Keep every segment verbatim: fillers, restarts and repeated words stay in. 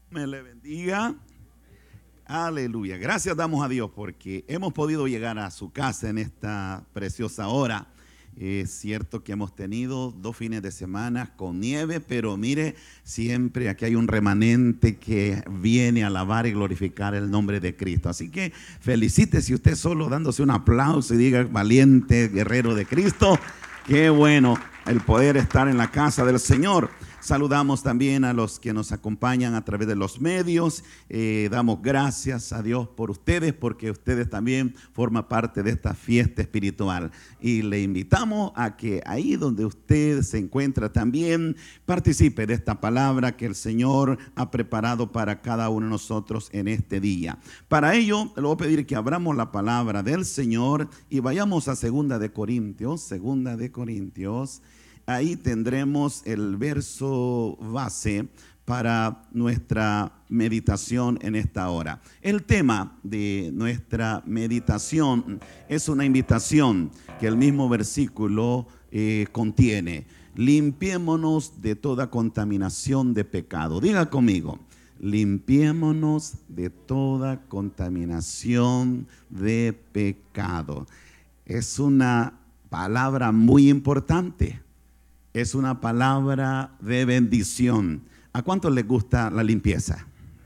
Me le bendiga. Aleluya. Gracias damos a Dios porque hemos podido llegar a su casa en esta preciosa hora. Es cierto que hemos tenido dos fines de semana con nieve, pero mire, siempre aquí hay un remanente que viene a alabar y glorificar el nombre de Cristo. Así que felicítese usted solo dándose un aplauso y diga: valiente guerrero de Cristo. Qué bueno el poder estar en la casa del Señor. Saludamos también a los que nos acompañan a través de los medios. Eh, damos gracias a Dios por ustedes, porque ustedes también forman parte de esta fiesta espiritual. Y le invitamos a que ahí donde usted se encuentra también participe de esta palabra que el Señor ha preparado para cada uno de nosotros en este día. Para ello, le voy a pedir que abramos la palabra del Señor y vayamos a Segunda de Corintios, Segunda de Corintios. Ahí tendremos el verso base para nuestra meditación en esta hora. El tema de nuestra meditación es una invitación que el mismo versículo eh, contiene. Limpiémonos de toda contaminación de pecado. Diga conmigo: limpiémonos de toda contaminación de pecado. Es una palabra muy importante. Es una palabra de bendición. ¿A cuántos les gusta la limpieza?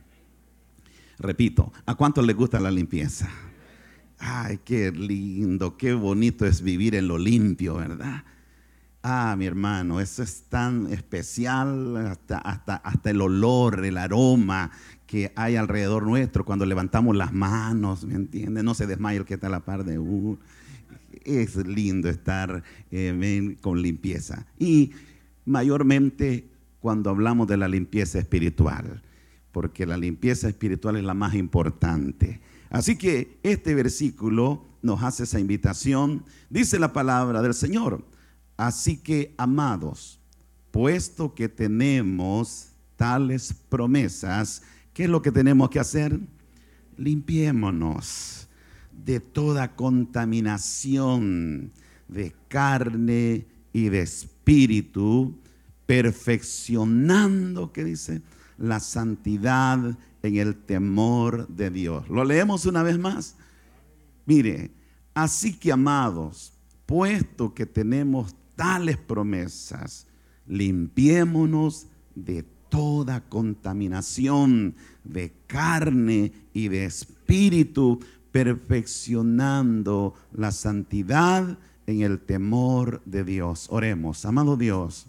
Repito, ¿a cuántos les gusta la limpieza? Ay, qué lindo, qué bonito es vivir en lo limpio, ¿verdad? Ah, mi hermano, eso es tan especial, hasta, hasta, hasta el olor, el aroma que hay alrededor nuestro cuando levantamos las manos, ¿me entiendes? No se desmaya el que está a la par de uno. Es lindo estar eh, con limpieza, y mayormente cuando hablamos de la limpieza espiritual, porque la limpieza espiritual es la más importante. Así que este versículo nos hace esa invitación. Dice la palabra del Señor: así que, amados, puesto que tenemos tales promesas, ¿qué es lo que tenemos que hacer? Limpiémonos de toda contaminación de carne y de espíritu, perfeccionando, ¿qué dice? La santidad en el temor de Dios. Lo leemos una vez más. Mire, así que, amados, puesto que tenemos tales promesas, limpiémonos de toda contaminación de carne y de espíritu, perfeccionando la santidad en el temor de Dios. Oremos. Amado Dios,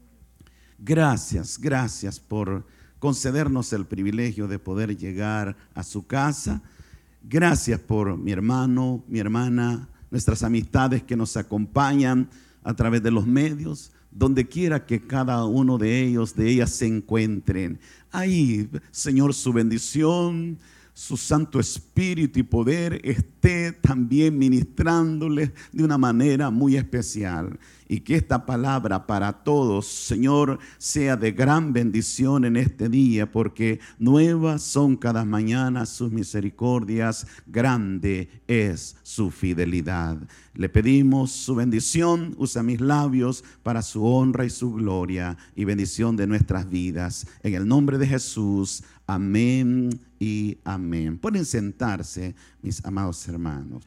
gracias, gracias por concedernos el privilegio de poder llegar a su casa. Gracias por mi hermano, mi hermana, nuestras amistades que nos acompañan a través de los medios, donde quiera que cada uno de ellos, de ellas se encuentren. Ahí, Señor, su bendición, su Santo Espíritu y poder esté también ministrándoles de una manera muy especial. Y que esta palabra para todos, Señor, sea de gran bendición en este día, porque nuevas son cada mañana sus misericordias, grande es su fidelidad. Le pedimos su bendición, usa mis labios para su honra y su gloria y bendición de nuestras vidas. En el nombre de Jesús, amén y amén. Pueden sentarse, mis amados hermanos.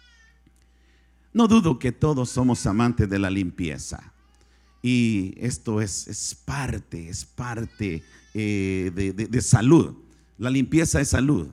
No dudo que todos somos amantes de la limpieza, y esto es, es parte, es parte eh, de, de, de salud. La limpieza es salud.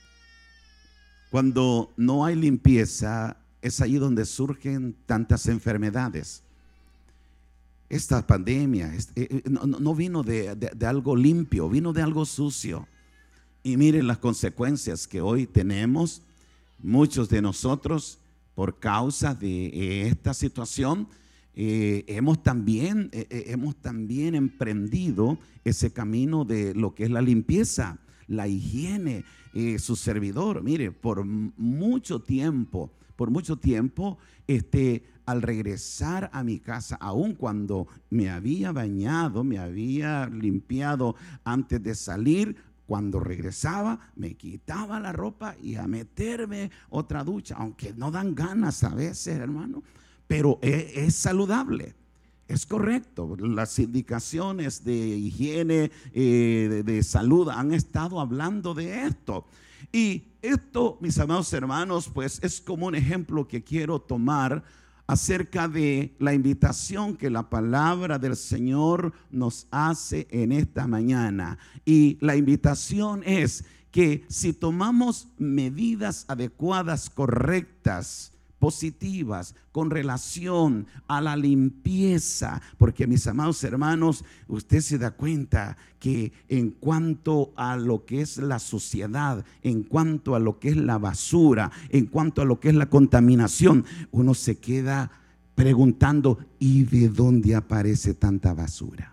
Cuando no hay limpieza, es ahí donde surgen tantas enfermedades. Esta pandemia es, eh, no, no vino de, de, de algo limpio, vino de algo sucio. Y miren las consecuencias que hoy tenemos. Muchos de nosotros, por causa de esta situación, eh, hemos, también, eh, hemos también emprendido ese camino de lo que es la limpieza, la higiene. Eh, su servidor, mire, por mucho tiempo, por mucho tiempo, este, al regresar a mi casa, aun cuando me había bañado, me había limpiado antes de salir, cuando regresaba me quitaba la ropa y a meterme otra ducha, aunque no dan ganas a veces, hermano, pero es, es saludable. Es correcto, las indicaciones de higiene, eh, de, de salud han estado hablando de esto. Y esto, mis amados hermanos, pues es como un ejemplo que quiero tomar acerca de la invitación que la palabra del Señor nos hace en esta mañana. Y la invitación es que si tomamos medidas adecuadas, correctas, positivas, con relación a la limpieza, porque mis amados hermanos, usted se da cuenta que en cuanto a lo que es la suciedad, en cuanto a lo que es la basura, en cuanto a lo que es la contaminación, uno se queda preguntando, ¿y de dónde aparece tanta basura?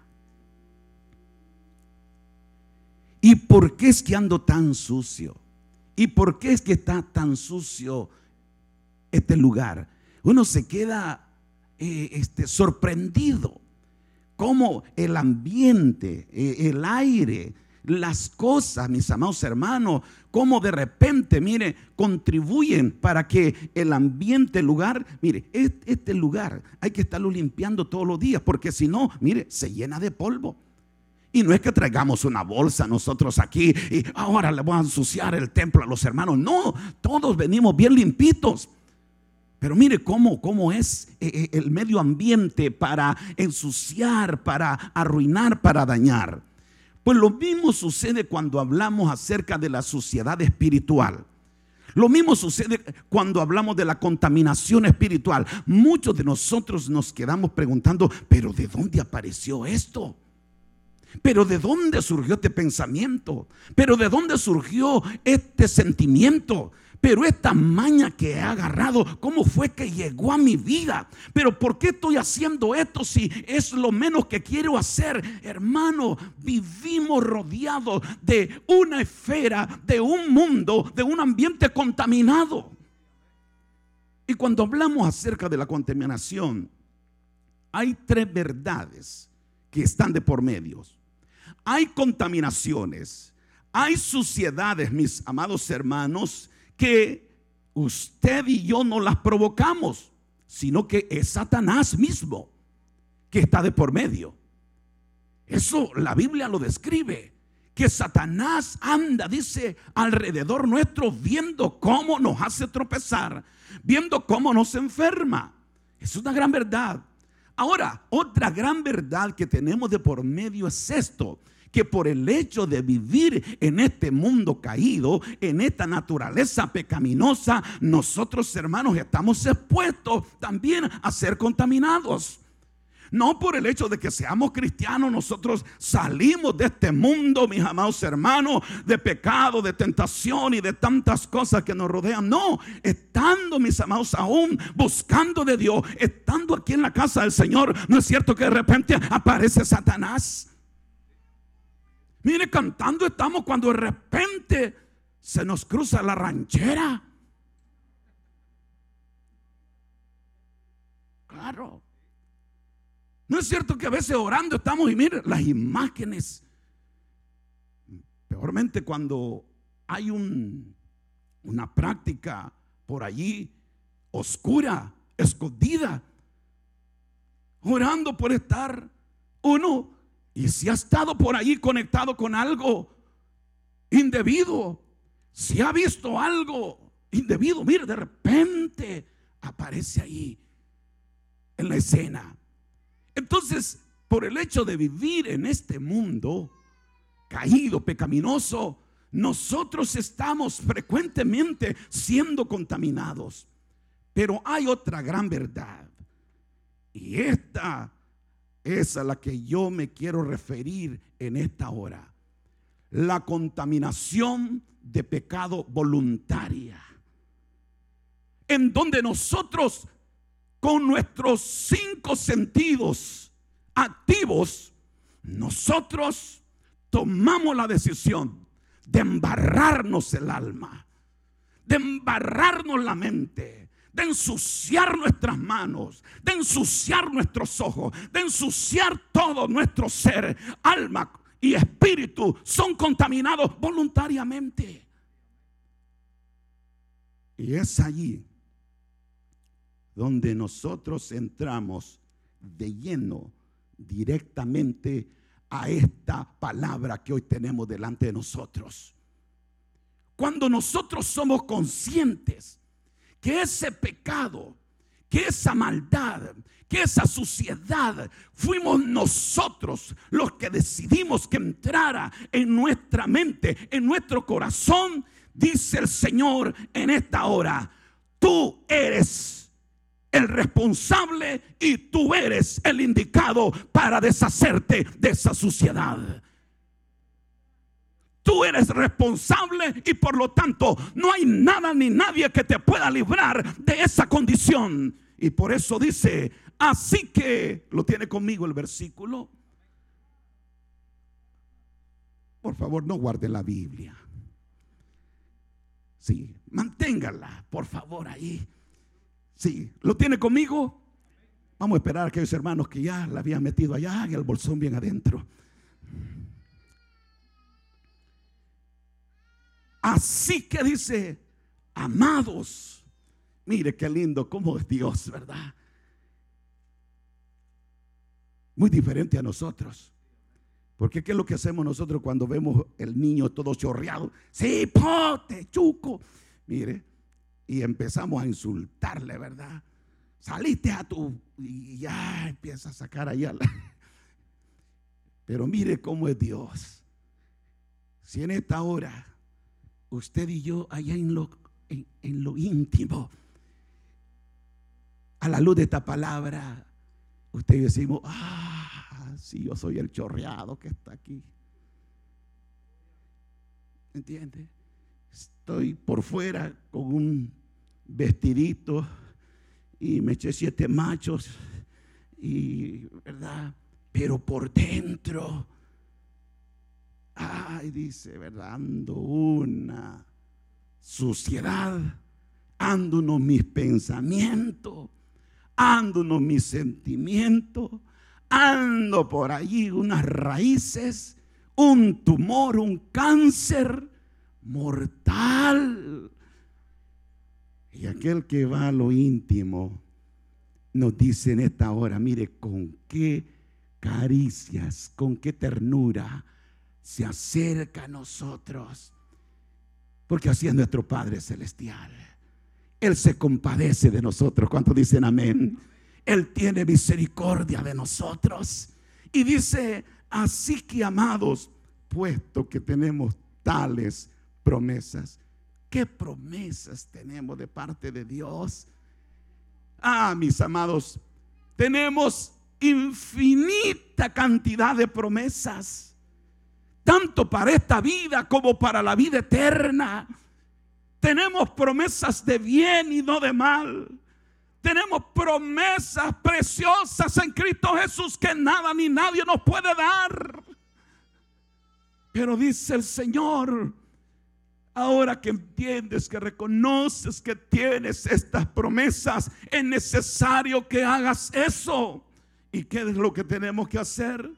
¿Y por qué es que ando tan sucio? ¿Y por qué es que está tan sucio este lugar? Uno se queda eh, este, sorprendido cómo el ambiente, eh, el aire, las cosas, mis amados hermanos, cómo de repente, mire, contribuyen para que el ambiente, el lugar, mire, este, este lugar hay que estarlo limpiando todos los días, porque si no, mire, se llena de polvo. Y no es que traigamos una bolsa nosotros aquí y ahora le voy a ensuciar el templo a los hermanos. No, todos venimos bien limpitos. Pero mire cómo, cómo es el medio ambiente para ensuciar, para arruinar, para dañar. Pues lo mismo sucede cuando hablamos acerca de la suciedad espiritual. Lo mismo sucede cuando hablamos de la contaminación espiritual. Muchos de nosotros nos quedamos preguntando, ¿pero de dónde apareció esto? ¿Pero de dónde surgió este pensamiento? ¿Pero de dónde surgió este sentimiento? Pero esta maña que he agarrado, ¿cómo fue que llegó a mi vida? ¿Pero por qué estoy haciendo esto si es lo menos que quiero hacer? Hermano, vivimos rodeados de una esfera, de un mundo, de un ambiente contaminado. Y cuando hablamos acerca de la contaminación, hay tres verdades que están de por medio. Hay contaminaciones, hay suciedades, mis amados hermanos, que usted y yo no las provocamos, sino que es Satanás mismo que está de por medio. Eso la Biblia lo describe, que Satanás anda, dice, alrededor nuestro, viendo cómo nos hace tropezar, viendo cómo nos enferma. Es una gran verdad. Ahora, otra gran verdad que tenemos de por medio es esto, que por el hecho de vivir en este mundo caído, en esta naturaleza pecaminosa, nosotros, hermanos, estamos expuestos también a ser contaminados. No por el hecho de que seamos cristianos, nosotros salimos de este mundo, mis amados hermanos, de pecado, de tentación y de tantas cosas que nos rodean. No, estando, mis amados, aún buscando de Dios, estando aquí en la casa del Señor, ¿no es cierto que de repente aparece Satanás? Mire, cantando estamos cuando de repente se nos cruza la ranchera. Claro. ¿No es cierto que a veces orando estamos y mire las imágenes? Peormente cuando hay un, una práctica por allí oscura, escondida, orando por estar uno. Y si ha estado por allí conectado con algo indebido, si ha visto algo indebido, mire, de repente aparece ahí en la escena. Entonces, por el hecho de vivir en este mundo caído, pecaminoso, nosotros estamos frecuentemente siendo contaminados. Pero hay otra gran verdad, y esta es a la que yo me quiero referir en esta hora: la contaminación de pecado voluntaria, en donde nosotros con nuestros cinco sentidos activos, nosotros tomamos la decisión de embarrarnos el alma, de embarrarnos la mente, de ensuciar nuestras manos, de ensuciar nuestros ojos, de ensuciar todo nuestro ser. Alma y espíritu son contaminados voluntariamente. Y es allí donde nosotros entramos de lleno directamente a esta palabra que hoy tenemos delante de nosotros. Cuando nosotros somos conscientes que ese pecado, que esa maldad, que esa suciedad, fuimos nosotros los que decidimos que entrara en nuestra mente, en nuestro corazón, dice el Señor en esta hora: tú eres el responsable y tú eres el indicado para deshacerte de esa suciedad. Tú eres responsable y por lo tanto no hay nada ni nadie que te pueda librar de esa condición. Y por eso dice, así que, ¿lo tiene conmigo el versículo? Por favor, no guarden la Biblia. Sí, manténgala, por favor, ahí. Sí, ¿lo tiene conmigo? Vamos a esperar a aquellos hermanos que ya la habían metido allá en el bolsón bien adentro. Así que dice, amados, mire qué lindo cómo es Dios, ¿verdad? Muy diferente a nosotros. Porque ¿qué es lo que hacemos nosotros cuando vemos el niño todo chorreado? Sí, pote, chuco. Mire, y empezamos a insultarle, ¿verdad? Saliste a tu... y ya empieza a sacar allá la... Pero mire cómo es Dios. Si en esta hora usted y yo allá en lo, en, en lo íntimo, a la luz de esta palabra, usted y yo decimos, ah, sí, yo soy el chorreado que está aquí. ¿Entiende? Estoy por fuera con un vestidito y me eché siete machos y, ¿verdad? Pero por dentro, ay, dice, ¿verdad? Ando una suciedad, ando unos mis pensamientos, ando unos mis sentimientos, ando por allí unas raíces, un tumor, un cáncer mortal. Y aquel que va a lo íntimo nos dice en esta hora, mire con qué caricias, con qué ternura se acerca a nosotros, porque así es nuestro Padre Celestial. Él se compadece de nosotros. ¿Cuántos dicen amén? Él tiene misericordia de nosotros. Y dice, así que amados, puesto que tenemos tales promesas. ¿Qué promesas tenemos de parte de Dios? Ah, mis amados, tenemos infinita cantidad de promesas, tanto para esta vida como para la vida eterna. Tenemos promesas de bien y no de mal. Tenemos promesas preciosas en Cristo Jesús que nada ni nadie nos puede dar. Pero dice el Señor, ahora que entiendes, que reconoces que tienes estas promesas, es necesario que hagas eso. ¿Y qué es lo que tenemos que hacer?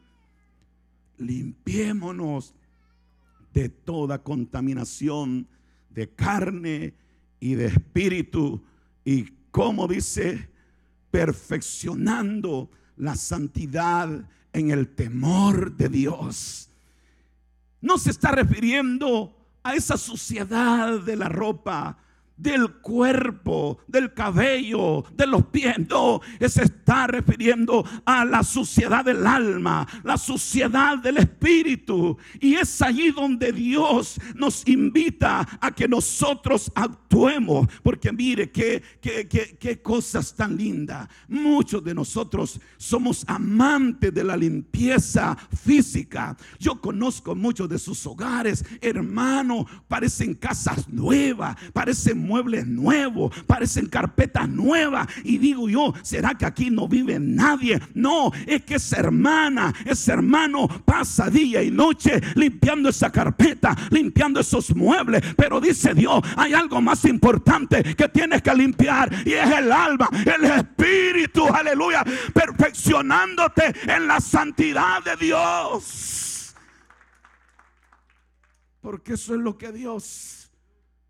Limpiémonos de toda contaminación de carne y de espíritu. Y como dice, perfeccionando la santidad en el temor de Dios. No se está refiriendo a esa suciedad de la ropa, del cuerpo, del cabello, de los pies. No, se está refiriendo a la suciedad del alma, la suciedad del espíritu. Y es allí donde Dios nos invita a que nosotros actuemos. Porque mire qué, qué, qué, qué cosas tan lindas. Muchos de nosotros somos amantes de la limpieza física. Yo conozco muchos de sus hogares, hermano, parecen casas nuevas, parecen muebles nuevos, parecen carpetas nuevas. Y digo yo, ¿será que aquí no vive nadie? No, es que esa hermana, ese hermano pasa día y noche limpiando esa carpeta, limpiando esos muebles. Pero dice Dios, hay algo más importante que tienes que limpiar, y es el alma, el espíritu, aleluya, perfeccionándote en la santidad de Dios. Porque eso es lo que Dios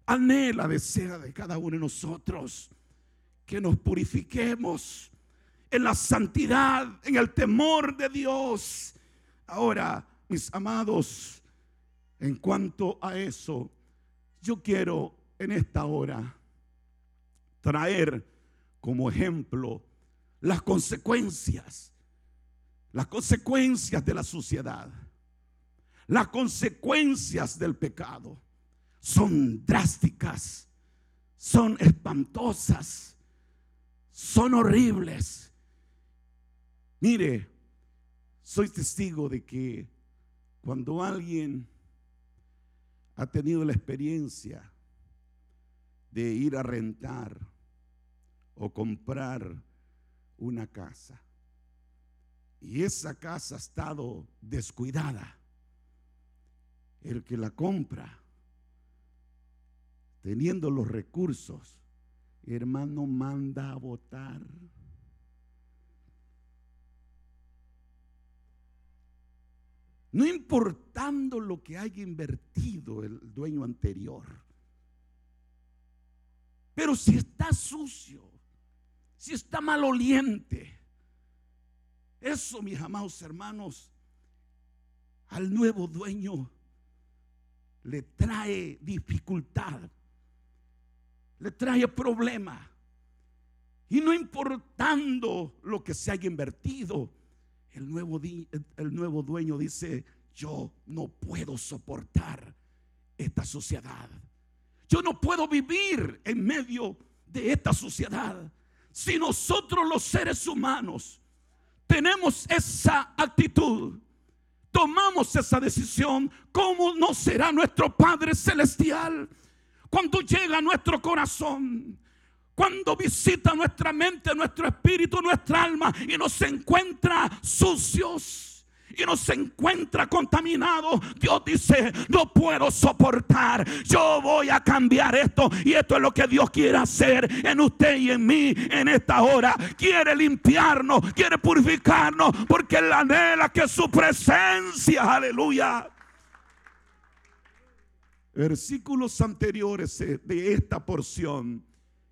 anhela, desea de cada uno de nosotros, que nos purifiquemos en la santidad, en el temor de Dios. Ahora, mis amados, en cuanto a eso, yo quiero en esta hora traer como ejemplo las consecuencias, las consecuencias de la suciedad, las consecuencias del pecado. Son drásticas, son espantosas, son horribles. Mire, soy testigo de que cuando alguien ha tenido la experiencia de ir a rentar o comprar una casa y esa casa ha estado descuidada, el que la compra, teniendo los recursos, hermano, manda a botar. No importando lo que haya invertido el dueño anterior. Pero si está sucio, si está maloliente, eso, mis amados hermanos, al nuevo dueño le trae dificultad, le trae problema. Y no importando lo que se haya invertido, el nuevo, el nuevo dueño dice: yo no puedo soportar esta suciedad. Yo no puedo vivir en medio de esta suciedad. Si nosotros los seres humanos tenemos esa actitud, tomamos esa decisión, ¿cómo no será nuestro Padre Celestial cuando llega a nuestro corazón? Cuando visita nuestra mente, nuestro espíritu, nuestra alma y nos encuentra sucios y nos encuentra contaminados, Dios dice: no puedo soportar, yo voy a cambiar esto. Y esto es lo que Dios quiere hacer en usted y en mí en esta hora. Quiere limpiarnos, quiere purificarnos, porque Él anhela que su presencia, aleluya. Versículos anteriores de esta porción,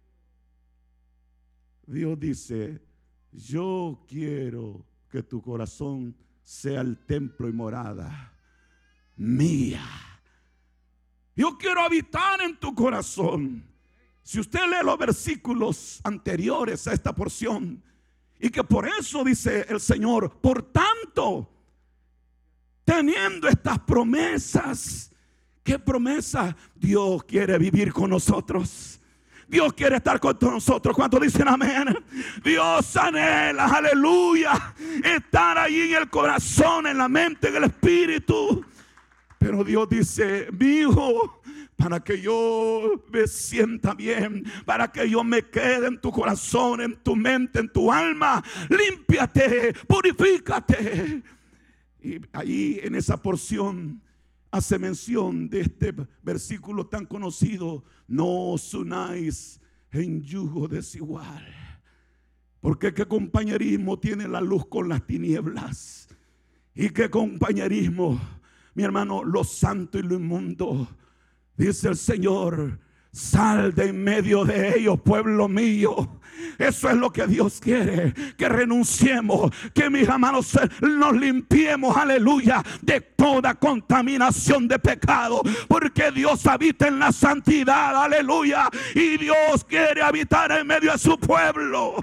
Dios dice: yo quiero que tu corazón sea el templo y morada mía. Yo quiero habitar en tu corazón. Si usted lee los versículos anteriores a esta porción, y que por eso dice el Señor: por tanto, teniendo estas promesas. ¿Qué promesa? Dios quiere vivir con nosotros. Dios quiere estar con nosotros. ¿Cuántos dicen amén? Dios anhela, aleluya, estar ahí en el corazón, en la mente, en el espíritu. Pero Dios dice: mi hijo, para que yo me sienta bien, para que yo me quede en tu corazón, en tu mente, en tu alma, límpiate, purifícate. Y ahí en esa porción hace mención de este versículo tan conocido: no os unáis en yugo desigual. Porque qué compañerismo tiene la luz con las tinieblas, y qué compañerismo, mi hermano, lo santo y lo inmundo. Dice el Señor: sal de en medio de ellos, pueblo mío. Eso es lo que Dios quiere, que renunciemos, que mis hermanos nos limpiemos, aleluya, de toda contaminación de pecado, porque Dios habita en la santidad, aleluya, y Dios quiere habitar en medio de su pueblo.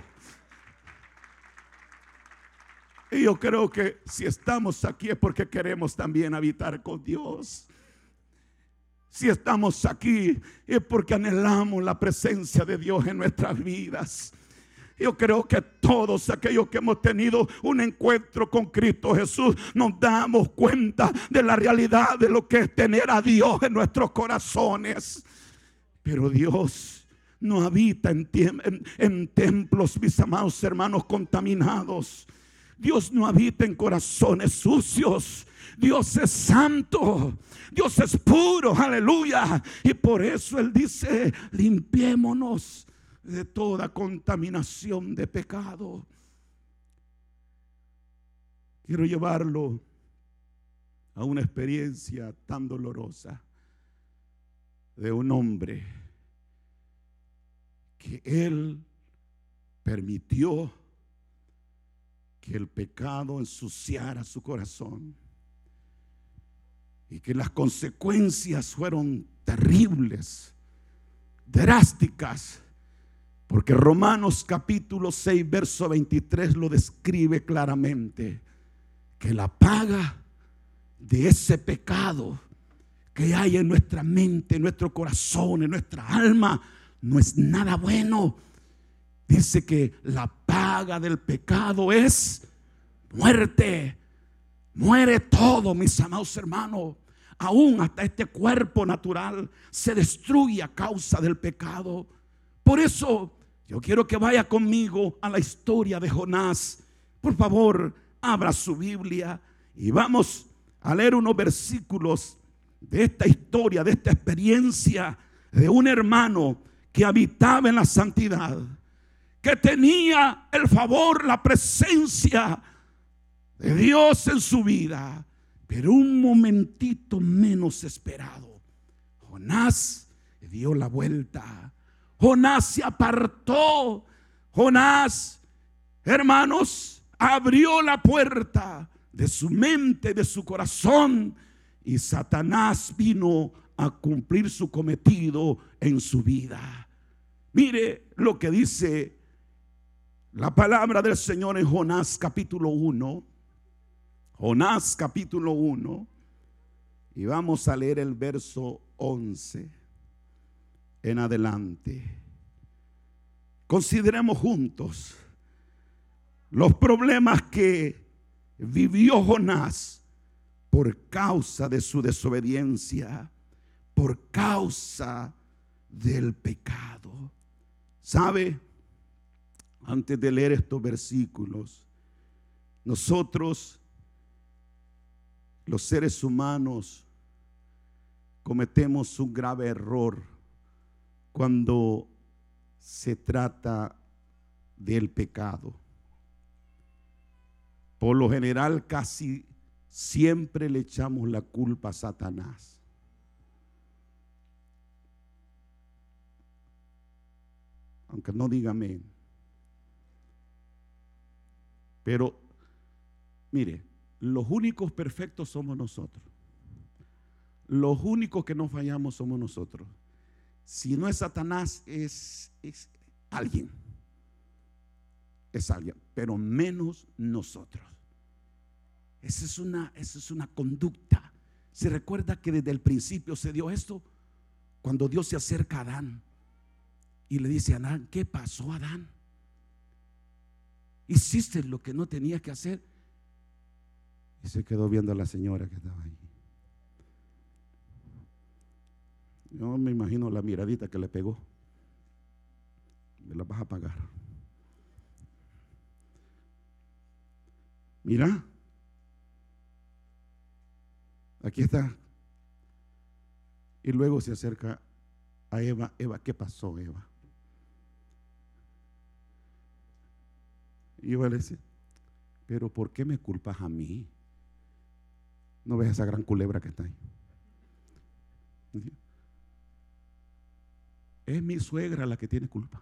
Y yo creo que si estamos aquí es porque queremos también habitar con Dios. Si estamos aquí es porque anhelamos la presencia de Dios en nuestras vidas. Yo creo que todos aquellos que hemos tenido un encuentro con Cristo Jesús nos damos cuenta de la realidad de lo que es tener a Dios en nuestros corazones. Pero Dios no habita en, en, en templos, mis amados hermanos, contaminados. Dios no habita en corazones sucios. Dios es santo, Dios es puro, aleluya. Y por eso Él dice: limpiémonos de toda contaminación de pecado. Quiero llevarlo a una experiencia tan dolorosa de un hombre que él permitió que el pecado ensuciara su corazón y que las consecuencias fueron terribles, drásticas, porque Romanos capítulo seis verso veintitrés lo describe claramente, que la paga de ese pecado que hay en nuestra mente, en nuestro corazón, en nuestra alma, no es nada bueno. Dice que la paga del pecado es muerte. Muere todo, mis amados hermanos. Aún hasta este cuerpo natural se destruye a causa del pecado. Por eso yo quiero que vaya conmigo a la historia de Jonás. Por favor, abra su Biblia y vamos a leer unos versículos de esta historia, de esta experiencia de un hermano que habitaba en la santidad, que tenía el favor, la presencia de Dios en su vida. Pero un momentito menos esperado, Jonás dio la vuelta. Jonás se apartó. Jonás, hermanos, abrió la puerta de su mente, de su corazón, y Satanás vino a cumplir su cometido en su vida. Mire lo que dice la palabra del Señor en Jonás capítulo uno. Jonás capítulo uno, y vamos a leer el verso once en adelante. Consideremos juntos los problemas que vivió Jonás por causa de su desobediencia, por causa del pecado. ¿Sabe? Antes de leer estos versículos, nosotros, los seres humanos, cometemos un grave error cuando se trata del pecado. Por lo general, casi siempre le echamos la culpa a Satanás. Aunque no diga amén. Pero, mire, los únicos perfectos somos nosotros. Los únicos que no fallamos somos nosotros. Si no es Satanás, es, es alguien. Es alguien, pero menos nosotros. Esa es una, esa es una conducta. Se recuerda que desde el principio se dio esto, cuando Dios se acerca a Adán y le dice a Adán: ¿qué pasó, Adán? Hiciste lo que no tenías que hacer. Y se quedó viendo a la señora que estaba ahí. Yo me imagino la miradita que le pegó. Me la vas a pagar. Mira, aquí está. Y luego se acerca a Eva. Eva, ¿qué pasó, Eva? Y Eva le dice: pero ¿por qué me culpas a mí? ¿No ves esa gran culebra que está ahí? Es mi suegra la que tiene culpa.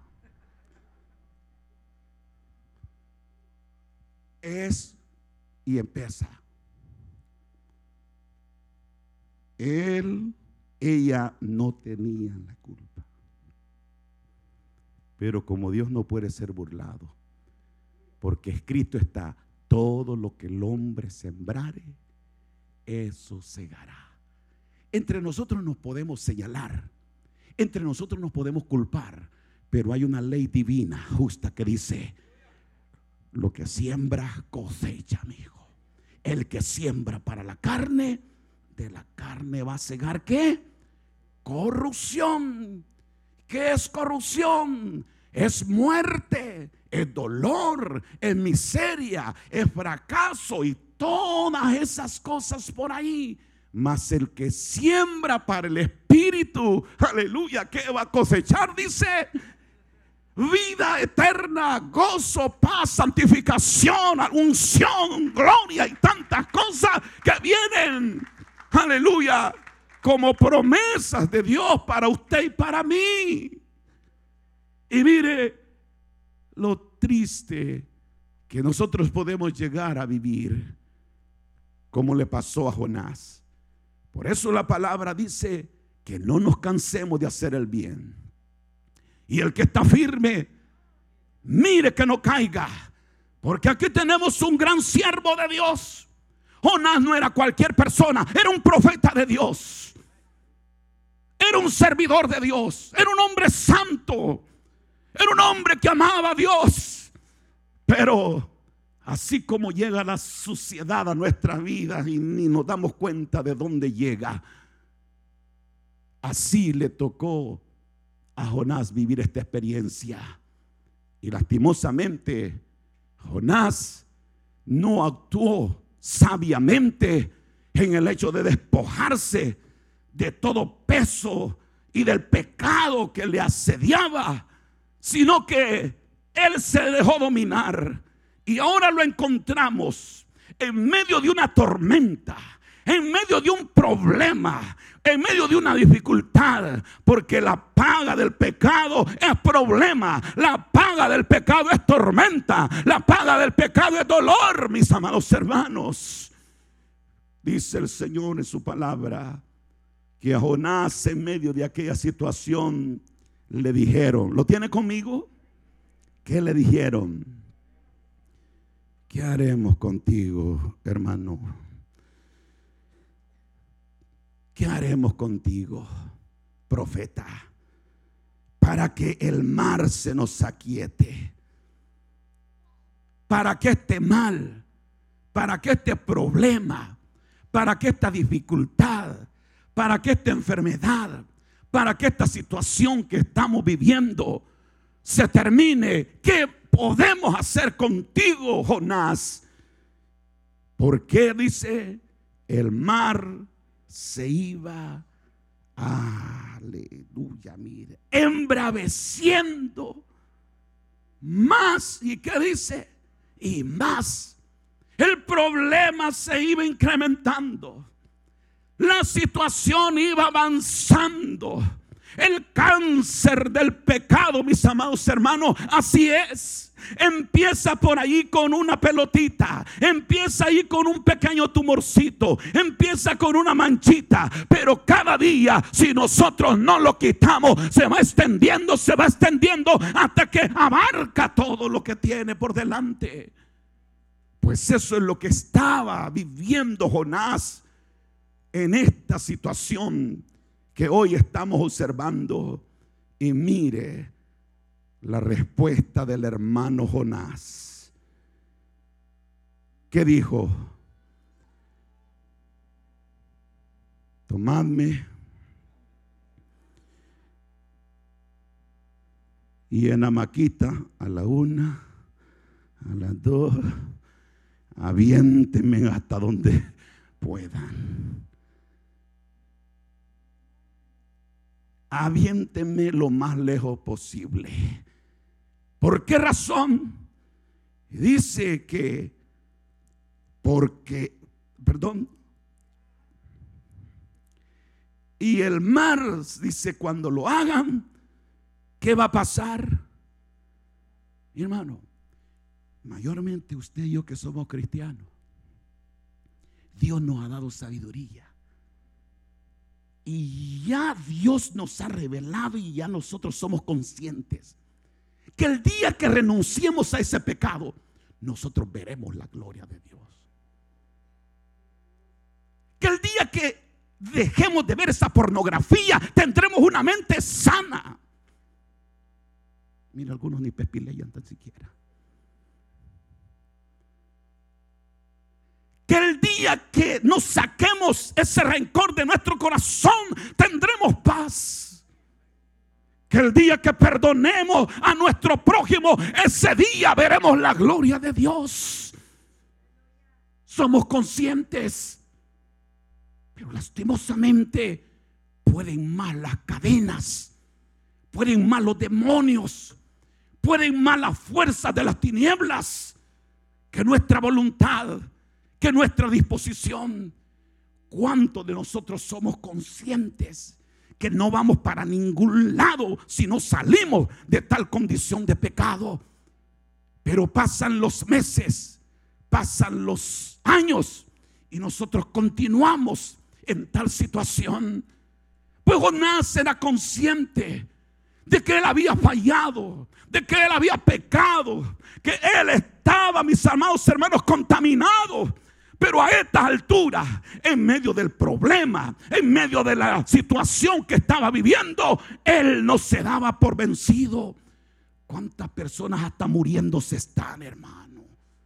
Es, y empieza. Él, ella no tenían la culpa. Pero como Dios no puede ser burlado, porque escrito está: todo lo que el hombre sembrare, eso segará. Entre nosotros nos podemos señalar, entre nosotros nos podemos culpar, pero hay una ley divina justa que dice: lo que siembra cosecha, amigo. El que siembra para la carne, de la carne va a segar ¿qué? Corrupción. ¿Qué es corrupción? Es muerte, es dolor, es miseria, es fracaso y todas esas cosas por ahí. Mas el que siembra para el Espíritu, aleluya, ¿qué va a cosechar? Dice: vida eterna, gozo, paz, santificación, unción, gloria y tantas cosas que vienen, aleluya, como promesas de Dios para usted y para mí. Y mire lo triste que nosotros podemos llegar a vivir como le pasó a Jonás. Por eso la palabra dice que no nos cansemos de hacer el bien. Y el que está firme, mire que no caiga. Porque aquí tenemos un gran siervo de Dios. Jonás no era cualquier persona, era un profeta de Dios. Era un servidor de Dios. Era un hombre santo. Era un hombre que amaba a Dios. Pero así como llega la suciedad a nuestras vidas y ni nos damos cuenta de dónde llega, así le tocó a Jonás vivir esta experiencia. Y lastimosamente Jonás no actuó sabiamente en el hecho de despojarse de todo peso y del pecado que le asediaba, sino que él se dejó dominar. Y ahora lo encontramos en medio de una tormenta, en medio de un problema, en medio de una dificultad, porque la paga del pecado es problema, la paga del pecado es tormenta, la paga del pecado es dolor, mis amados hermanos. Dice el Señor en su palabra que a Jonás, en medio de aquella situación, le dijeron, ¿lo tiene conmigo? ¿Qué le dijeron? ¿Qué haremos contigo, hermano? ¿Qué haremos contigo, profeta, para que el mar se nos aquiete? Para que este mal, para que este problema, para que esta dificultad, para que esta enfermedad, para que esta situación que estamos viviendo se termine. ¿Qué podemos hacer contigo, Jonás? ¿Por qué? Dice, el mar se iba, aleluya, mire, embraveciendo más. ¿Y qué dice? Y más. El problema se iba incrementando. La situación iba avanzando. El cáncer del pecado, mis amados hermanos, así es. Empieza por ahí con una pelotita, empieza ahí con un pequeño tumorcito, empieza con una manchita, pero cada día, si nosotros no lo quitamos, se va extendiendo, se va extendiendo hasta que abarca todo lo que tiene por delante. Pues eso es lo que estaba viviendo Jonás en esta situación que hoy estamos observando. Y mire la respuesta del hermano Jonás. ¿Qué dijo? Tomadme y en hamaquita a la una, a las dos, aviéntenme hasta donde puedan. Aviéntenme lo más lejos posible. ¿Por qué razón? Dice que porque, perdón, y el mar, dice, cuando lo hagan, ¿qué va a pasar? Mi hermano, mayormente usted y yo que somos cristianos, Dios nos ha dado sabiduría. Y ya Dios nos ha revelado y ya nosotros somos conscientes que el día que renunciemos a ese pecado, nosotros veremos la gloria de Dios. Que el día que dejemos de ver esa pornografía, tendremos una mente sana. Mira, algunos ni pespileyan tan siquiera. Que el día que nos saquemos ese rencor de nuestro corazón, tendremos paz. Que el día que perdonemos a nuestro prójimo, ese día veremos la gloria de Dios. Somos conscientes, pero lastimosamente pueden más las cadenas, pueden más los demonios, pueden más las fuerzas de las tinieblas que nuestra voluntad, que nuestra disposición. ¿Cuántos de nosotros somos conscientes que no vamos para ningún lado si no salimos de tal condición de pecado? Pero pasan los meses, pasan los años y nosotros continuamos en tal situación. Pues Jonás era consciente de que él había fallado, de que él había pecado, que él estaba, mis amados hermanos, contaminado. Pero a estas alturas, en medio del problema, en medio de la situación que estaba viviendo, él no se daba por vencido. ¿Cuántas personas hasta muriéndose están, hermano?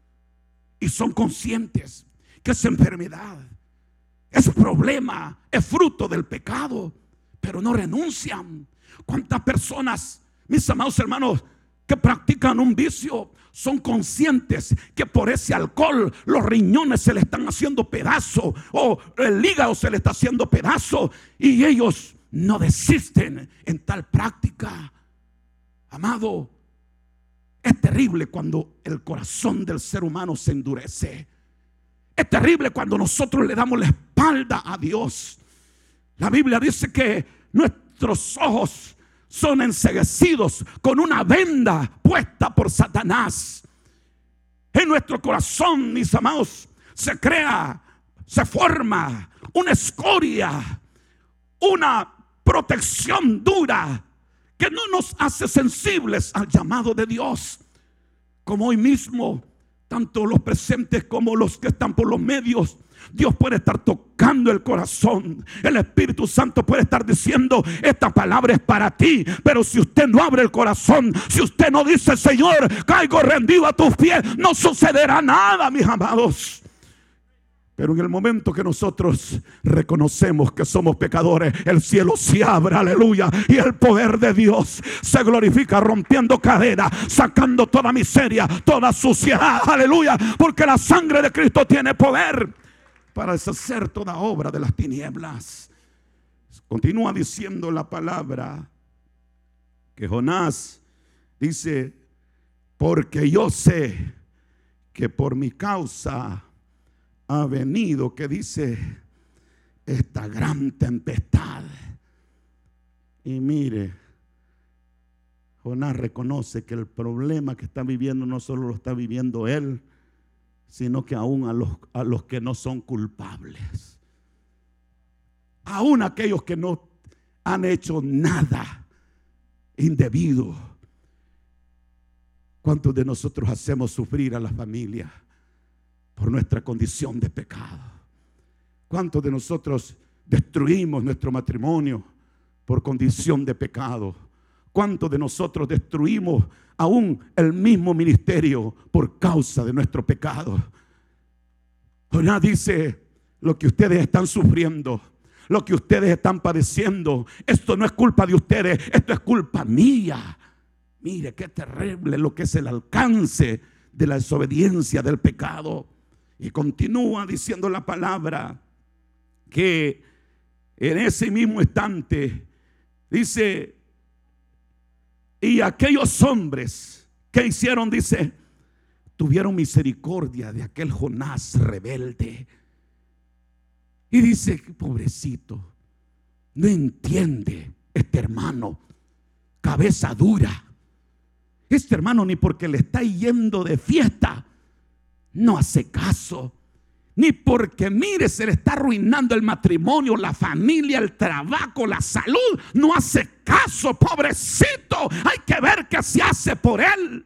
Y son conscientes que esa enfermedad, ese problema es fruto del pecado, pero no renuncian. ¿Cuántas personas, mis amados hermanos, que practican un vicio, son conscientes que por ese alcohol los riñones se le están haciendo pedazos o el hígado se le está haciendo pedazos, y ellos no desisten en tal práctica? Amado, es terrible cuando el corazón del ser humano se endurece. Es terrible cuando nosotros le damos la espalda a Dios. La Biblia dice que nuestros ojos son enceguecidos con una venda puesta por Satanás. En nuestro corazón, mis amados, se crea, se forma una escoria, una protección dura que no nos hace sensibles al llamado de Dios. Como hoy mismo, tanto los presentes como los que están por los medios, Dios puede estar tocando el corazón. El Espíritu Santo puede estar diciendo: esta palabra es para ti. Pero si usted no abre el corazón, si usted no dice: Señor, caigo rendido a tus pies, no sucederá nada, mis amados. Pero en el momento que nosotros reconocemos que somos pecadores, el cielo se abre, aleluya, y el poder de Dios se glorifica, rompiendo cadenas, sacando toda miseria, toda suciedad, aleluya, porque la sangre de Cristo tiene poder para deshacer toda obra de las tinieblas. Continúa diciendo la palabra que Jonás dice: porque yo sé que por mi causa ha venido, que dice, esta gran tempestad. Y mire, Jonás reconoce que el problema que está viviendo no solo lo está viviendo él, sino que aún a los, a los que no son culpables, aún aquellos que no han hecho nada indebido. ¿Cuántos de nosotros hacemos sufrir a la familia por nuestra condición de pecado? ¿Cuántos de nosotros destruimos nuestro matrimonio por condición de pecado? ¿Cuántos de nosotros destruimos aún el mismo ministerio por causa de nuestro pecado? Jonás dice: lo que ustedes están sufriendo, lo que ustedes están padeciendo, esto no es culpa de ustedes, esto es culpa mía. Mire qué terrible lo que es el alcance de la desobediencia, del pecado. Y continúa diciendo la palabra que en ese mismo instante dice: y aquellos hombres que hicieron, dice, tuvieron misericordia de aquel Jonás rebelde. Y dice: pobrecito, no entiende este hermano, cabeza dura. Este hermano, ni porque le está yendo de fiesta, no hace caso. Ni porque, mire, se le está arruinando el matrimonio, la familia, el trabajo, la salud, no hace caso, pobrecito. Hay que ver qué se hace por él.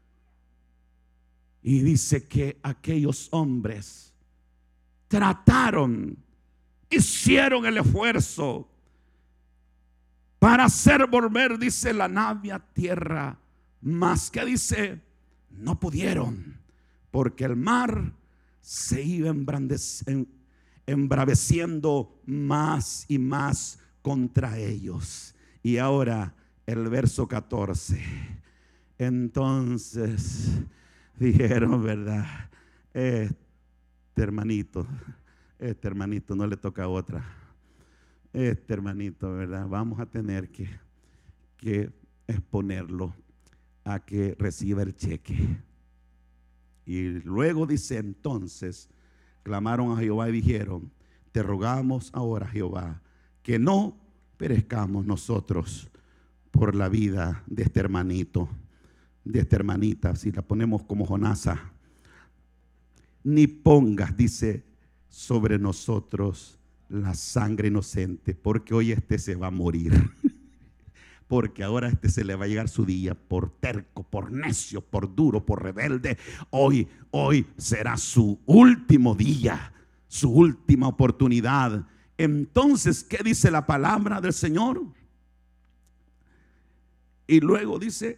Y dice que aquellos hombres trataron, hicieron el esfuerzo para hacer volver, dice, la nave a tierra, mas que dice, no pudieron, porque el mar se iba embraveciendo más y más contra ellos. Y ahora el verso catorce. Entonces dijeron, ¿verdad? Este hermanito, este hermanito no le toca a otra. Este hermanito, ¿verdad? Vamos a tener que, que exponerlo a que reciba el cheque. Y luego dice, entonces clamaron a Jehová y dijeron: te rogamos ahora, Jehová, que no perezcamos nosotros por la vida de este hermanito, de esta hermanita, si la ponemos como Jonasa. Ni pongas, dice, sobre nosotros la sangre inocente, porque hoy este se va a morir. Porque ahora a este se le va a llegar su día, por terco, por necio, por duro, por rebelde. Hoy, hoy será su último día, su última oportunidad. Entonces, ¿qué dice la palabra del Señor? Y luego dice,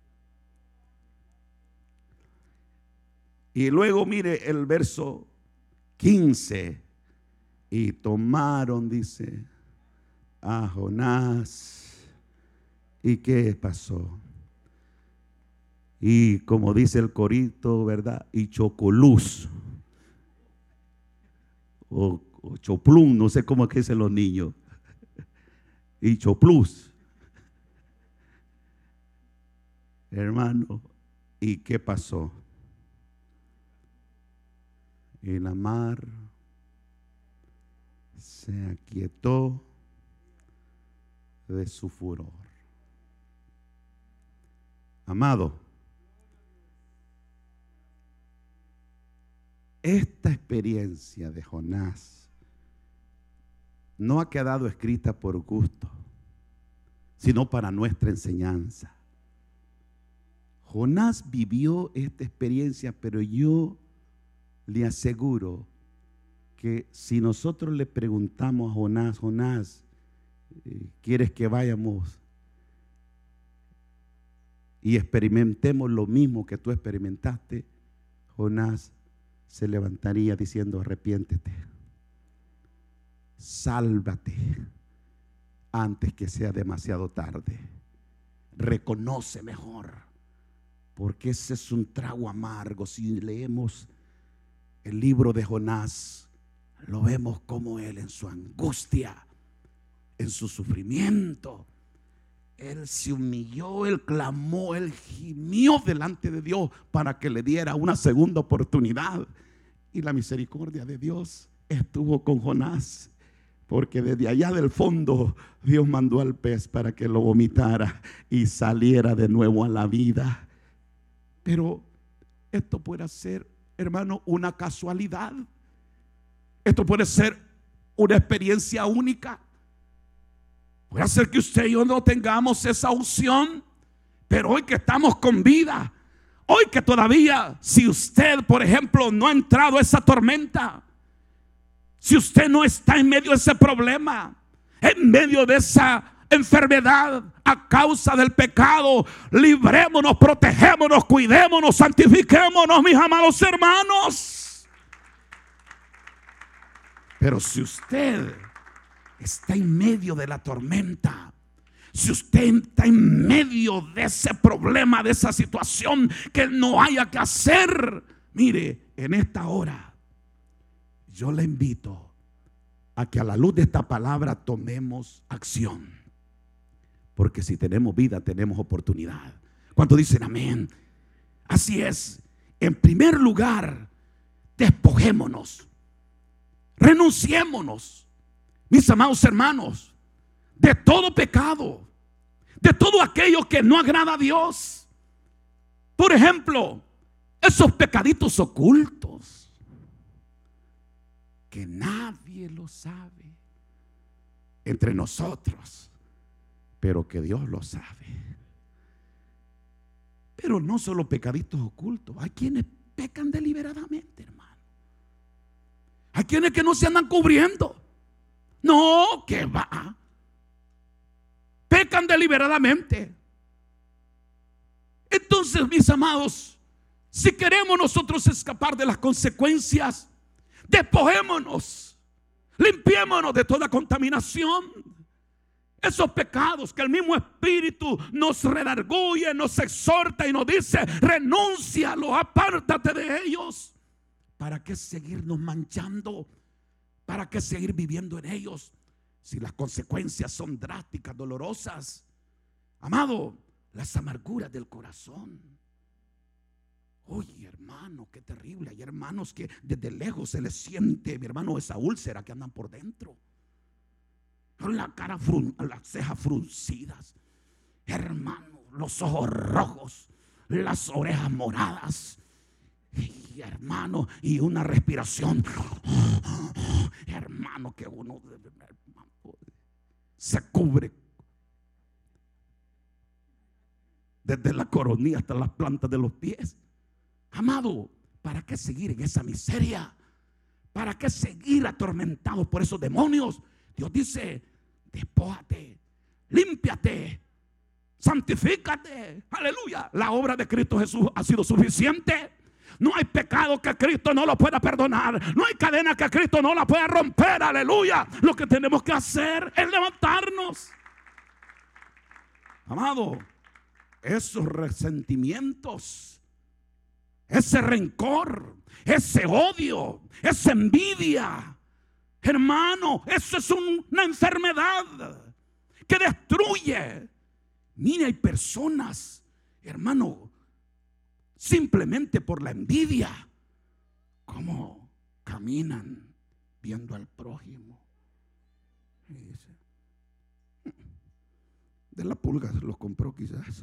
y luego mire el verso quince. Y tomaron, dice, a Jonás. ¿Y qué pasó? Y como dice el corito, ¿verdad? Y chocoluz. O, o choplum, no sé cómo es que dicen los niños. Y choplus. Hermano, ¿y qué pasó? Y la mar se aquietó de su furor. Amado, esta experiencia de Jonás no ha quedado escrita por gusto, sino para nuestra enseñanza. Jonás vivió esta experiencia, pero yo le aseguro que si nosotros le preguntamos a Jonás, Jonás, ¿quieres que vayamos y experimentemos lo mismo que tú experimentaste? Jonás se levantaría diciendo: arrepiéntete, sálvate antes que sea demasiado tarde, reconoce mejor, porque ese es un trago amargo. Si leemos el libro de Jonás, lo vemos como él en su angustia, en su sufrimiento, él se humilló, él clamó, él gimió delante de Dios para que le diera una segunda oportunidad. Y la misericordia de Dios estuvo con Jonás, porque desde allá del fondo Dios mandó al pez para que lo vomitara y saliera de nuevo a la vida. Pero esto puede ser, hermano, una casualidad. Esto puede ser una experiencia única. Puede ser que usted y yo no tengamos esa opción, pero hoy que estamos con vida, hoy que todavía, si usted, por ejemplo, no ha entrado a esa tormenta, si usted no está en medio de ese problema, en medio de esa enfermedad a causa del pecado, librémonos, protegémonos, cuidémonos, santifiquémonos, mis amados hermanos. Pero si usted está en medio de la tormenta, si usted está en medio de ese problema, de esa situación que no haya que hacer, mire, en esta hora yo le invito a que a la luz de esta palabra tomemos acción, porque si tenemos vida tenemos oportunidad. ¿Cuántos dicen amén? Así es. En primer lugar, despojémonos, renunciémonos, mis amados hermanos, de todo pecado, de todo aquello que no agrada a Dios. Por ejemplo, esos pecaditos ocultos que nadie lo sabe entre nosotros, pero que Dios lo sabe. Pero no solo pecaditos ocultos, hay quienes pecan deliberadamente, hermano. Hay quienes que no se andan cubriendo. No, que va. Pecan deliberadamente. Entonces, mis amados, si queremos nosotros escapar de las consecuencias, despojémonos, limpiémonos de toda contaminación. Esos pecados que el mismo Espíritu nos redarguye, nos exhorta y nos dice: renúncialo, apártate de ellos. ¿Para qué seguirnos manchando? ¿Para qué seguir viviendo en ellos si las consecuencias son drásticas, dolorosas? Amado, las amarguras del corazón. Oye, hermano, qué terrible. Hay hermanos que desde lejos se les siente, mi hermano, esa úlcera que andan por dentro, con la cara, frun, las cejas fruncidas, hermano, los ojos rojos, las orejas moradas. Y, hermano, y una respiración, hermano, que uno se cubre desde la coronilla hasta las plantas de los pies. Amado, ¿para qué seguir en esa miseria? ¿Para qué seguir atormentados por esos demonios? Dios dice: despójate, límpiate, santifícate. Aleluya. La obra de Cristo Jesús ha sido suficiente. No hay pecado que Cristo no lo pueda perdonar. No hay cadena que Cristo no la pueda romper. Aleluya. Lo que tenemos que hacer es levantarnos. Amado, esos resentimientos, ese rencor, ese odio, esa envidia, hermano, eso es una enfermedad que destruye. Mire, hay personas, hermano, simplemente por la envidia, cómo caminan viendo al prójimo. Y dice: de la pulga se los compró quizás.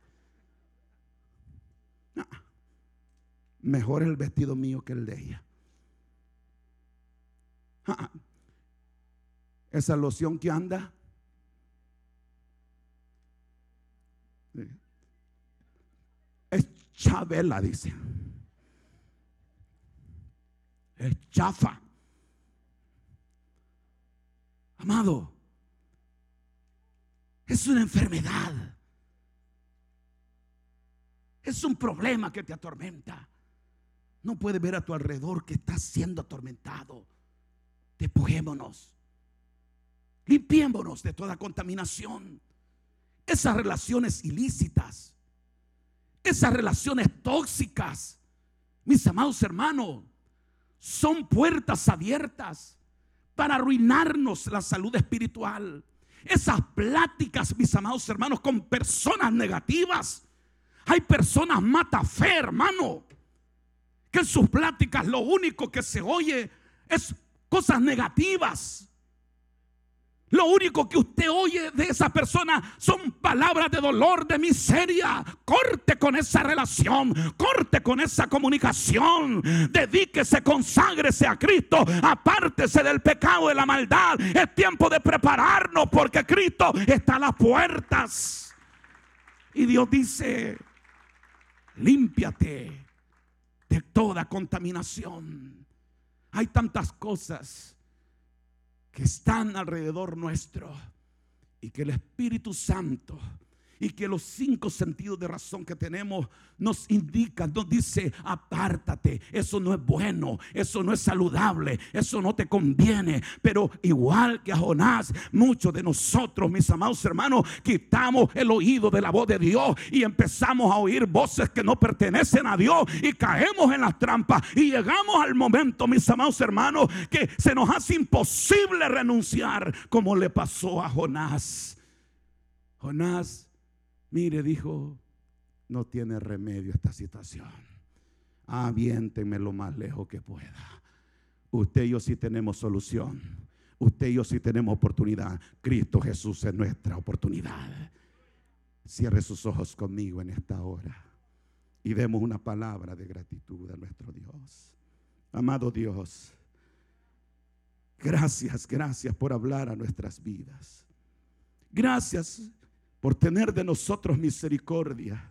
No, mejor el vestido mío que el de ella. Ah, esa loción que anda, es chabela, dice. Es chafa. Amado, es una enfermedad. Es un problema que te atormenta. No puedes ver a tu alrededor que estás siendo atormentado. Despojémonos, limpiémonos de toda contaminación. Esas relaciones ilícitas, esas relaciones tóxicas, mis amados hermanos, son puertas abiertas para arruinarnos la salud espiritual. Esas pláticas, mis amados hermanos, con personas negativas. Hay personas mata fe, hermano, que en sus pláticas lo único que se oye es cosas negativas. Lo único que usted oye de esa persona son palabras de dolor, de miseria. Corte con esa relación, corte con esa comunicación. Dedíquese, conságrese a Cristo, apártese del pecado, de la maldad. Es tiempo de prepararnos porque Cristo está a las puertas. Y Dios dice: límpiate de toda contaminación. Hay tantas cosas que están alrededor nuestro y que el Espíritu Santo y que los cinco sentidos de razón que tenemos nos indican, nos dice: apártate, eso no es bueno, eso no es saludable, eso no te conviene. Pero igual que a Jonás, muchos de nosotros, mis amados hermanos, quitamos el oído de la voz de Dios y empezamos a oír voces que no pertenecen a Dios y caemos en las trampas y llegamos al momento, mis amados hermanos, que se nos hace imposible renunciar, como le pasó a Jonás. Jonás, mire, dijo: no tiene remedio esta situación. Aviéntenme lo más lejos que pueda. Usted y yo sí tenemos solución. Usted y yo sí tenemos oportunidad. Cristo Jesús es nuestra oportunidad. Cierre sus ojos conmigo en esta hora y demos una palabra de gratitud a nuestro Dios. Amado Dios, gracias, gracias por hablar a nuestras vidas. Gracias por tener de nosotros misericordia.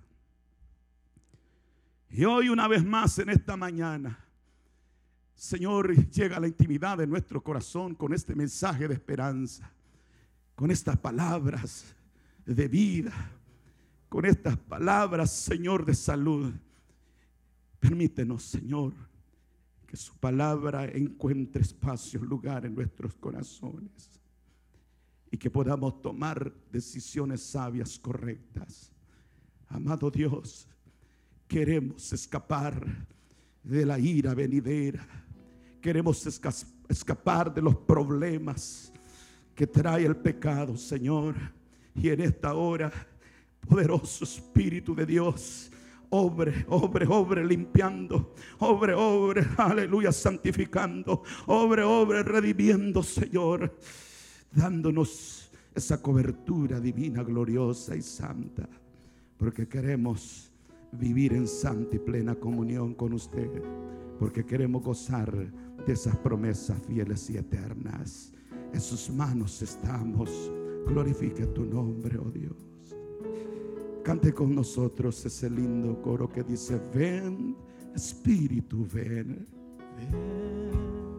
Y hoy, una vez más en esta mañana, Señor, llega a la intimidad de nuestro corazón con este mensaje de esperanza, con estas palabras de vida, con estas palabras, Señor, de salud. Permítenos, Señor, que su palabra encuentre espacio, lugar en nuestros corazones, y que podamos tomar decisiones sabias, correctas. Amado Dios, queremos escapar de la ira venidera. Queremos esca- escapar de los problemas que trae el pecado, Señor. Y en esta hora, poderoso Espíritu de Dios, obre, obre, obre limpiando, obre, obre, aleluya, santificando, obre, obre, redimiendo, Señor, dándonos esa cobertura divina, gloriosa y santa, porque queremos vivir en santa y plena comunión con usted, porque queremos gozar de esas promesas fieles y eternas. En sus manos estamos. Glorifique tu nombre, oh Dios. Cante con nosotros ese lindo coro que dice: ven, Espíritu, ven. Ven,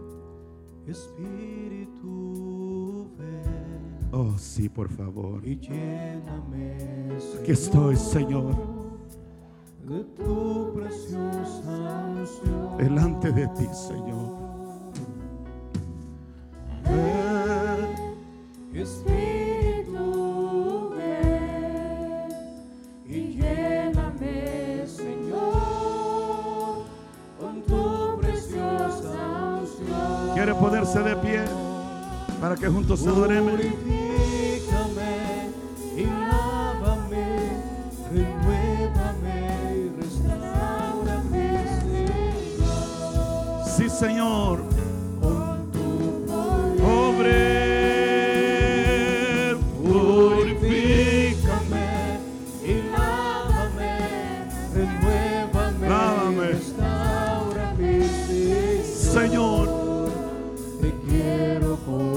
Espíritu, ven. Oh, sí, por favor. Y lléname, Señor, aquí estoy, Señor, de tu preciosa unción. delante de ti, Señor. Ven, Espíritu, ven y lléname, Señor, con tu preciosa unción. ¿Quiere ponerse de pie para que juntos adoremos? Purifícame y lávame, renuévame y restaurame, Señor. Sí, Señor. Con tu poder. Obre, Purifícame y lávame, renuévame, Lávame. restaurame, Señor. Señor. Te quiero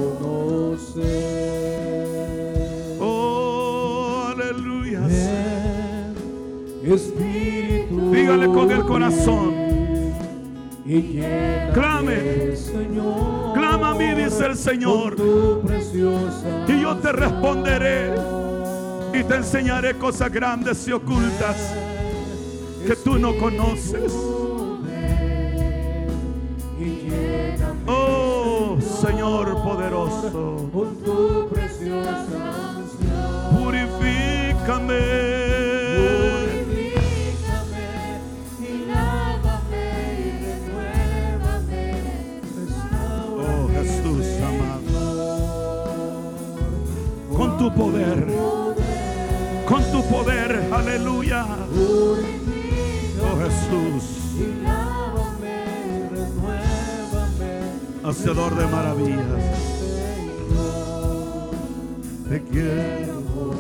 conocer. Oh, aleluya. Ven, Espíritu, Dígale con el corazón. y lléname, Clame. Señor, Clama a mí, dice el Señor, con tu preciosa y yo te responderé y te enseñaré cosas grandes y ocultas que tú no conoces. y lléname, Oh, Señor poderoso, con tu preciosa unción. purifícame. Purifícame y lávame y renuévame, restaurame, Oh, Jesús amado, con tu poder, con tu poder, aleluya. Oh, Jesús, y lávame y renuévame, hacedor de maravillas, te quiero.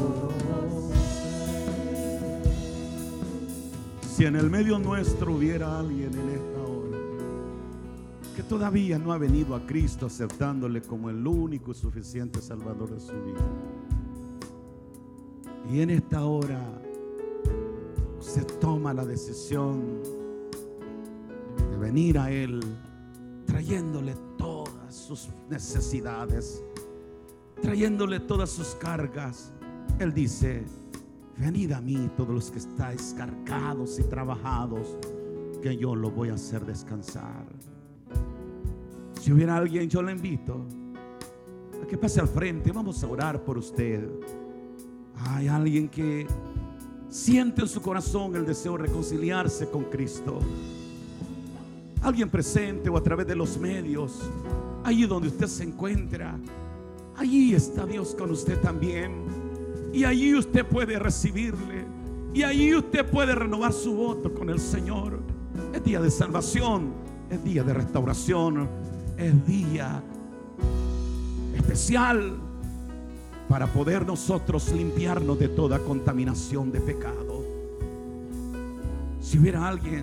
Si en el medio nuestro hubiera alguien en esta hora que todavía no ha venido a Cristo aceptándole como el único y suficiente Salvador de su vida, y en esta hora se toma la decisión de venir a Él trayéndole todas sus necesidades, trayéndole todas sus cargas, Él dice: venid a mí todos los que estáis cargados y trabajados, que yo lo voy a hacer descansar. Si hubiera alguien, yo le invito a que pase al frente. Vamos a orar por usted. Hay alguien que siente en su corazón el deseo de reconciliarse con Cristo. Alguien presente o a través de los medios, allí donde usted se encuentra, allí está Dios con usted también. Y allí usted puede recibirle, y allí usted puede renovar su voto con el Señor. Es día de salvación, es día de restauración, es día especial para poder nosotros limpiarnos de toda contaminación de pecado. Si hubiera alguien,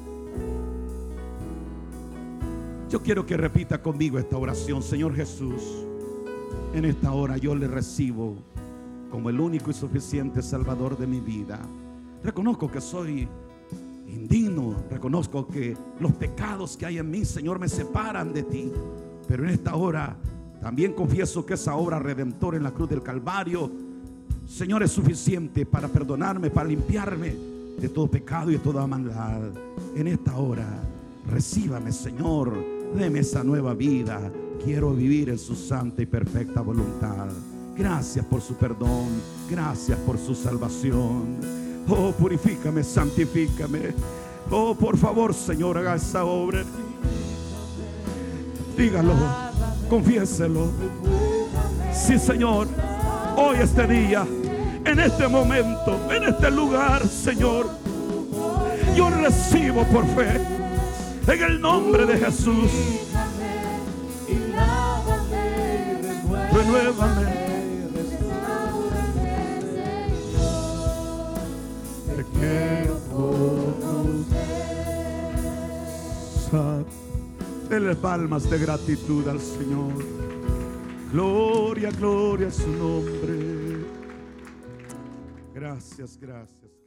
yo quiero que repita conmigo esta oración. Señor Jesús, en esta hora yo le recibo como el único y suficiente Salvador de mi vida. Reconozco que soy indigno, reconozco que los pecados que hay en mí, Señor, me separan de ti, pero en esta hora también confieso que esa obra redentora en la cruz del Calvario, Señor, es suficiente para perdonarme, para limpiarme de todo pecado y de toda maldad. En esta hora recíbame, Señor, deme esa nueva vida. Quiero vivir en su santa y perfecta voluntad. Gracias por su perdón, gracias por su salvación. Oh, purifícame, santifícame. Oh, por favor, Señor, haga esa obra. Dígalo, confiéselo. Sí, Señor, hoy, este día, en este momento, en este lugar, Señor, yo recibo por fe, en el nombre de Jesús. Renuévame. Te quiero. Denle palmas de gratitud al Señor. Gloria, gloria a su nombre. Gracias, gracias.